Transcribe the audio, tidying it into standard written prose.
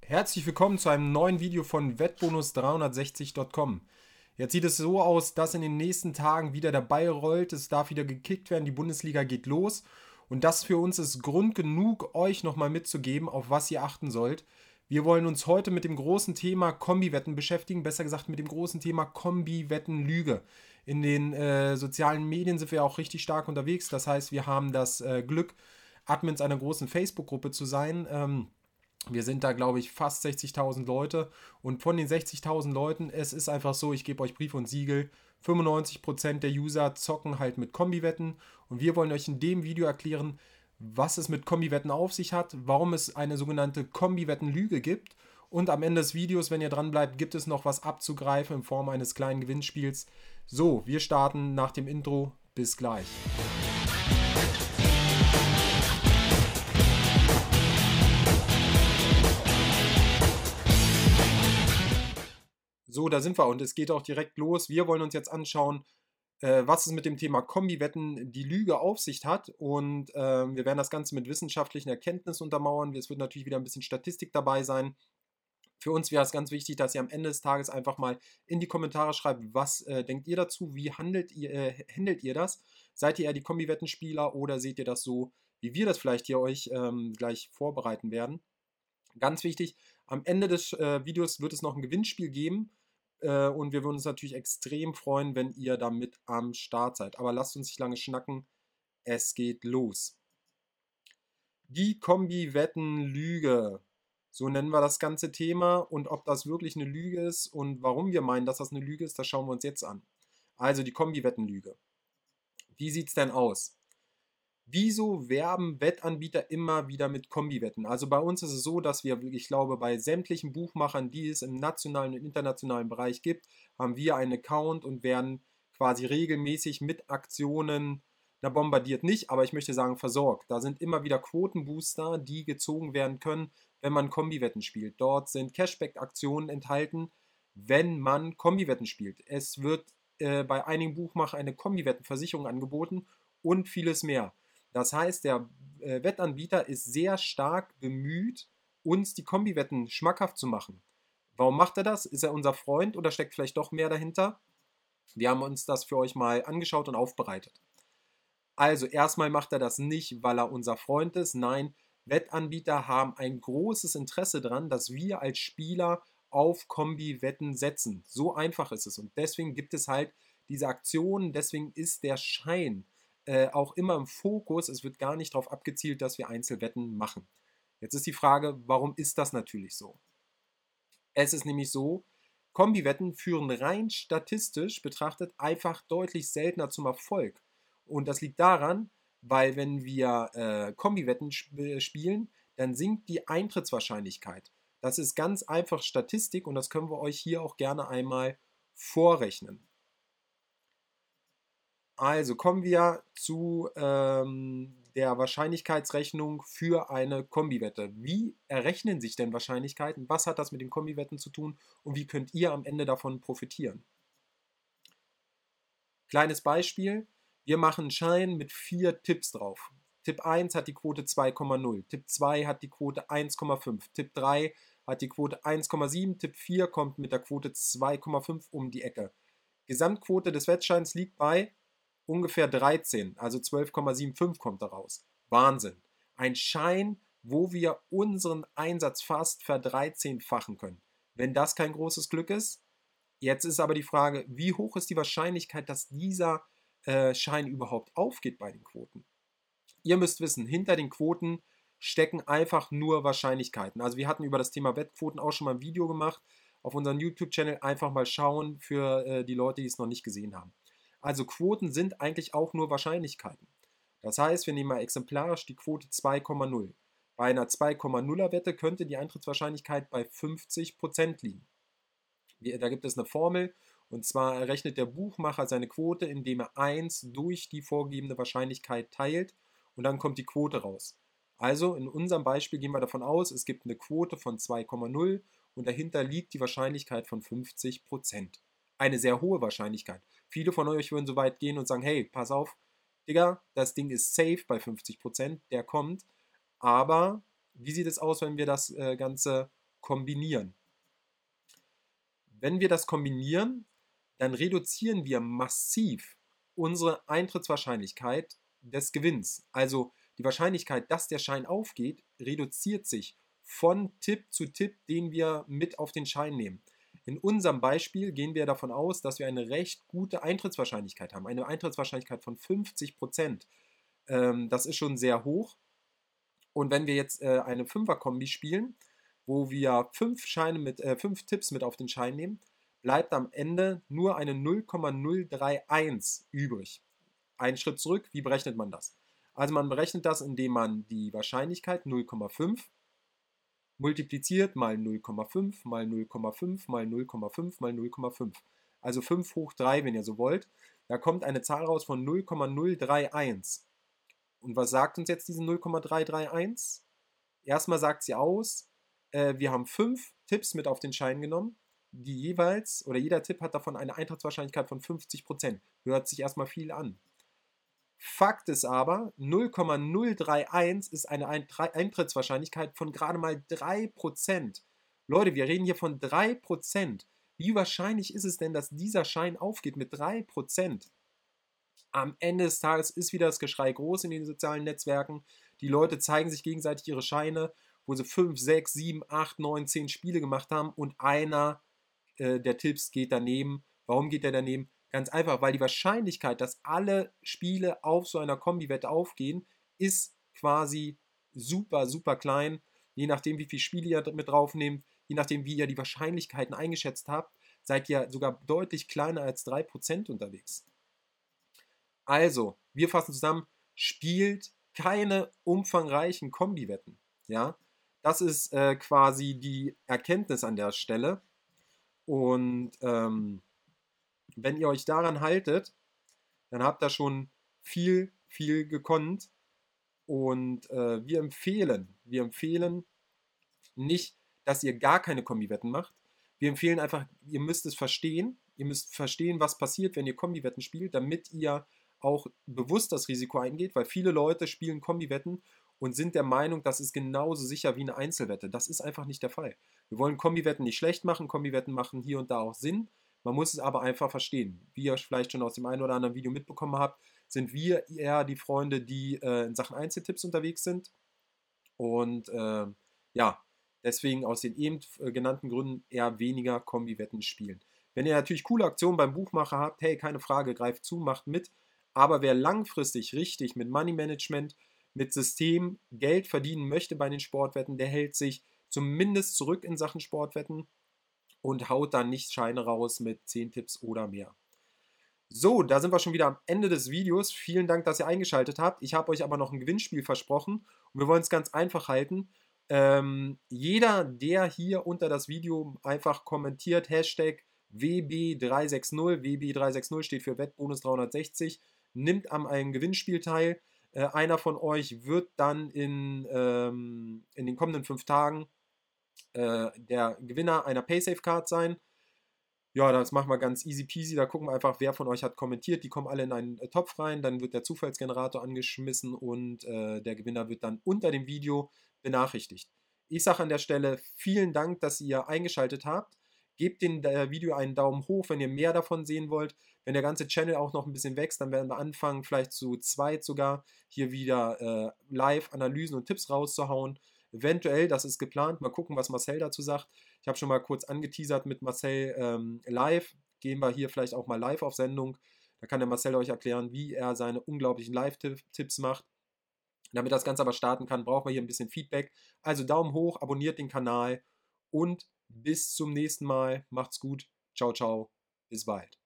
Herzlich willkommen zu einem neuen Video von Wettbonus360.com. Jetzt sieht es so aus, dass in den nächsten Tagen wieder der Ball rollt, es darf wieder gekickt werden, die Bundesliga geht los und das für uns ist Grund genug, euch nochmal mitzugeben, auf was ihr achten sollt. Wir wollen uns heute mit dem großen Thema Kombi-Wetten beschäftigen, besser gesagt mit dem großen Thema Kombi-Wetten-Lüge. In den sozialen Medien sind wir auch richtig stark unterwegs, das heißt, wir haben das Glück, Admins einer großen Facebook-Gruppe zu sein. Wir sind da, glaube ich, fast 60.000 Leute. Und von den 60.000 Leuten, es ist einfach so, ich gebe euch Brief und Siegel, 95% der User zocken halt mit Kombi-Wetten. Und wir wollen euch in dem Video erklären, was es mit Kombi-Wetten auf sich hat, warum es eine sogenannte Kombi-Wetten-Lüge gibt. Und am Ende des Videos, wenn ihr dran bleibt, gibt es noch was abzugreifen in Form eines kleinen Gewinnspiels. So, wir starten nach dem Intro. Bis gleich. So, da sind wir und es geht auch direkt los. Wir wollen uns jetzt anschauen, was es mit dem Thema Kombi-Wetten die Lüge auf sich hat und wir werden das Ganze mit wissenschaftlichen Erkenntnissen untermauern. Es wird natürlich wieder ein bisschen Statistik dabei sein. Für uns wäre es ganz wichtig, dass ihr am Ende des Tages einfach mal in die Kommentare schreibt, was denkt ihr dazu, wie handelt ihr das? Seid ihr eher die Kombi-Wettenspieler oder seht ihr das so, wie wir das vielleicht hier euch gleich vorbereiten werden? Ganz wichtig, am Ende des Videos wird es noch ein Gewinnspiel geben und wir würden uns natürlich extrem freuen, wenn ihr damit am Start seid. Aber lasst uns nicht lange schnacken, es geht los. Die Kombi-Wetten-Lüge, so nennen wir das ganze Thema und ob das wirklich eine Lüge ist und warum wir meinen, dass das eine Lüge ist, das schauen wir uns jetzt an. Also die Kombi-Wetten-Lüge. Wie sieht es denn aus? Wieso werben Wettanbieter immer wieder mit Kombi-Wetten? Also bei uns ist es so, dass wir, ich glaube, bei sämtlichen Buchmachern, die es im nationalen und internationalen Bereich gibt, haben wir einen Account und werden quasi regelmäßig mit Aktionen, na bombardiert nicht, aber ich möchte sagen versorgt. Da sind immer wieder Quotenbooster, die gezogen werden können, wenn man Kombi-Wetten spielt. Dort sind Cashback-Aktionen enthalten, wenn man Kombi-Wetten spielt. Es wird bei einigen Buchmachern eine Kombi-Wettenversicherung angeboten und vieles mehr. Das heißt, der Wettanbieter ist sehr stark bemüht, uns die Kombi-Wetten schmackhaft zu machen. Warum macht er das? Ist er unser Freund oder steckt vielleicht doch mehr dahinter? Wir haben uns das für euch mal angeschaut und aufbereitet. Also erstmal macht er das nicht, weil er unser Freund ist. Nein, Wettanbieter haben ein großes Interesse daran, dass wir als Spieler auf Kombi-Wetten setzen. So einfach ist es. Und deswegen gibt es halt diese Aktionen, deswegen ist der Schein auch immer im Fokus. Es wird gar nicht darauf abgezielt, dass wir Einzelwetten machen. Jetzt ist die Frage, warum ist das natürlich so? Es ist nämlich so, Kombi-Wetten führen rein statistisch betrachtet einfach deutlich seltener zum Erfolg. Und das liegt daran, weil wenn wir Kombi-Wetten spielen, dann sinkt die Eintrittswahrscheinlichkeit. Das ist ganz einfach Statistik und das können wir euch hier auch gerne einmal vorrechnen. Also kommen wir zu der Wahrscheinlichkeitsrechnung für eine Kombi-Wette. Wie errechnen sich denn Wahrscheinlichkeiten? Was hat das mit den Kombi-Wetten zu tun und wie könnt ihr am Ende davon profitieren? Kleines Beispiel, wir machen einen Schein mit 4 Tipps drauf. Tipp 1 hat die Quote 2,0, Tipp 2 hat die Quote 1,5, Tipp 3 hat die Quote 1,7, Tipp 4 kommt mit der Quote 2,5 um die Ecke. Gesamtquote des Wettscheins liegt bei ungefähr 13, also 12,75 kommt daraus. Wahnsinn. Ein Schein, wo wir unseren Einsatz fast verdreizehnfachen können. Wenn das kein großes Glück ist, jetzt ist aber die Frage, wie hoch ist die Wahrscheinlichkeit, dass dieser Schein überhaupt aufgeht bei den Quoten? Ihr müsst wissen, hinter den Quoten stecken einfach nur Wahrscheinlichkeiten. Also wir hatten über das Thema Wettquoten auch schon mal ein Video gemacht. Auf unserem YouTube-Channel einfach mal schauen für die Leute, die es noch nicht gesehen haben. Also Quoten sind eigentlich auch nur Wahrscheinlichkeiten. Das heißt, wir nehmen mal exemplarisch die Quote 2,0. Bei einer 2,0er Wette könnte die Eintrittswahrscheinlichkeit bei 50% liegen. Da gibt es eine Formel und zwar errechnet der Buchmacher seine Quote, indem er 1 durch die vorgegebene Wahrscheinlichkeit teilt und dann kommt die Quote raus. Also in unserem Beispiel gehen wir davon aus, es gibt eine Quote von 2,0 und dahinter liegt die Wahrscheinlichkeit von 50%. Eine sehr hohe Wahrscheinlichkeit. Viele von euch würden so weit gehen und sagen, hey, pass auf, Digga, das Ding ist safe bei 50%, der kommt. Aber wie sieht es aus, wenn wir das Ganze kombinieren. Wenn wir das kombinieren, dann reduzieren wir massiv unsere Eintrittswahrscheinlichkeit des Gewinns. Also die Wahrscheinlichkeit, dass der Schein aufgeht, reduziert sich von Tipp zu Tipp, den wir mit auf den Schein nehmen. In unserem Beispiel gehen wir davon aus, dass wir eine recht gute Eintrittswahrscheinlichkeit haben. Eine Eintrittswahrscheinlichkeit von 50%. Das ist schon sehr hoch. Und wenn wir jetzt eine Fünfer-Kombi spielen, wo wir 5 Tipps mit auf den Schein nehmen, bleibt am Ende nur eine 0,031 übrig. Einen Schritt zurück, wie berechnet man das? Also man berechnet das, indem man die Wahrscheinlichkeit 0,5 multipliziert mal 0,5 mal 0,5 mal 0,5 mal 0,5. Also 5 hoch 3, wenn ihr so wollt. Da kommt eine Zahl raus von 0,031. Und was sagt uns jetzt diese 0,331? Erstmal sagt sie aus, wir haben 5 Tipps mit auf den Schein genommen, die jeweils, oder jeder Tipp hat davon eine Eintrittswahrscheinlichkeit von 50%. Hört sich erstmal viel an. Fakt ist aber, 0,031 ist eine Eintrittswahrscheinlichkeit von gerade mal 3%. Leute, wir reden hier von 3%. Wie wahrscheinlich ist es denn, dass dieser Schein aufgeht mit 3%? Am Ende des Tages ist wieder das Geschrei groß in den sozialen Netzwerken. Die Leute zeigen sich gegenseitig ihre Scheine, wo sie 5, 6, 7, 8, 9, 10 Spiele gemacht haben und einer der Tipps geht daneben. Warum geht der daneben? Ganz einfach, weil die Wahrscheinlichkeit, dass alle Spiele auf so einer Kombi-Wette aufgehen, ist quasi super, super klein. Je nachdem, wie viele Spiele ihr mit draufnehmt, je nachdem, wie ihr die Wahrscheinlichkeiten eingeschätzt habt, seid ihr sogar deutlich kleiner als 3% unterwegs. Also, wir fassen zusammen, spielt keine umfangreichen Kombi-Wetten. Ja? Das ist quasi die Erkenntnis an der Stelle. Und wenn ihr euch daran haltet, dann habt ihr schon viel, viel gekonnt. Und wir empfehlen nicht, dass ihr gar keine Kombi-Wetten macht. Wir empfehlen einfach, ihr müsst es verstehen. Ihr müsst verstehen, was passiert, wenn ihr Kombi-Wetten spielt, damit ihr auch bewusst das Risiko eingeht, weil viele Leute spielen Kombi-Wetten und sind der Meinung, das ist genauso sicher wie eine Einzelwette. Das ist einfach nicht der Fall. Wir wollen Kombi-Wetten nicht schlecht machen. Kombi-Wetten machen hier und da auch Sinn. Man muss es aber einfach verstehen. Wie ihr vielleicht schon aus dem einen oder anderen Video mitbekommen habt, sind wir eher die Freunde, die in Sachen Einzeltipps unterwegs sind. Und ja, deswegen aus den eben genannten Gründen eher weniger Kombi-Wetten spielen. Wenn ihr natürlich coole Aktionen beim Buchmacher habt, hey, keine Frage, greift zu, macht mit. Aber wer langfristig richtig mit Money Management, mit System Geld verdienen möchte bei den Sportwetten, der hält sich zumindest zurück in Sachen Sportwetten und haut dann nicht Scheine raus mit 10 Tipps oder mehr. So, da sind wir schon wieder am Ende des Videos. Vielen Dank, dass ihr eingeschaltet habt. Ich habe euch aber noch ein Gewinnspiel versprochen und wir wollen es ganz einfach halten. Jeder, der hier unter das Video einfach kommentiert, Hashtag WB360, WB360 steht für Wettbonus 360, nimmt an einem Gewinnspiel teil. Einer von euch wird dann in den kommenden 5 Tagen der Gewinner einer Paysafe-Card sein. Ja, das machen wir ganz easy peasy. Da gucken wir einfach, wer von euch hat kommentiert. Die kommen alle in einen Topf rein. Dann wird der Zufallsgenerator angeschmissen und der Gewinner wird dann unter dem Video benachrichtigt. Ich sage an der Stelle vielen Dank, dass ihr eingeschaltet habt. Gebt dem Video einen Daumen hoch, wenn ihr mehr davon sehen wollt. Wenn der ganze Channel auch noch ein bisschen wächst, dann werden wir anfangen, vielleicht zu zweit sogar, hier wieder Live-Analysen und Tipps rauszuhauen. Eventuell, das ist geplant, mal gucken, was Marcel dazu sagt. Ich habe schon mal kurz angeteasert mit Marcel live. Gehen wir hier vielleicht auch mal live auf Sendung. Da kann der Marcel euch erklären, wie er seine unglaublichen Live-Tipps macht. Damit das Ganze aber starten kann, brauchen wir hier ein bisschen Feedback. Also Daumen hoch, abonniert den Kanal und bis zum nächsten Mal. Macht's gut. Ciao, ciao. Bis bald.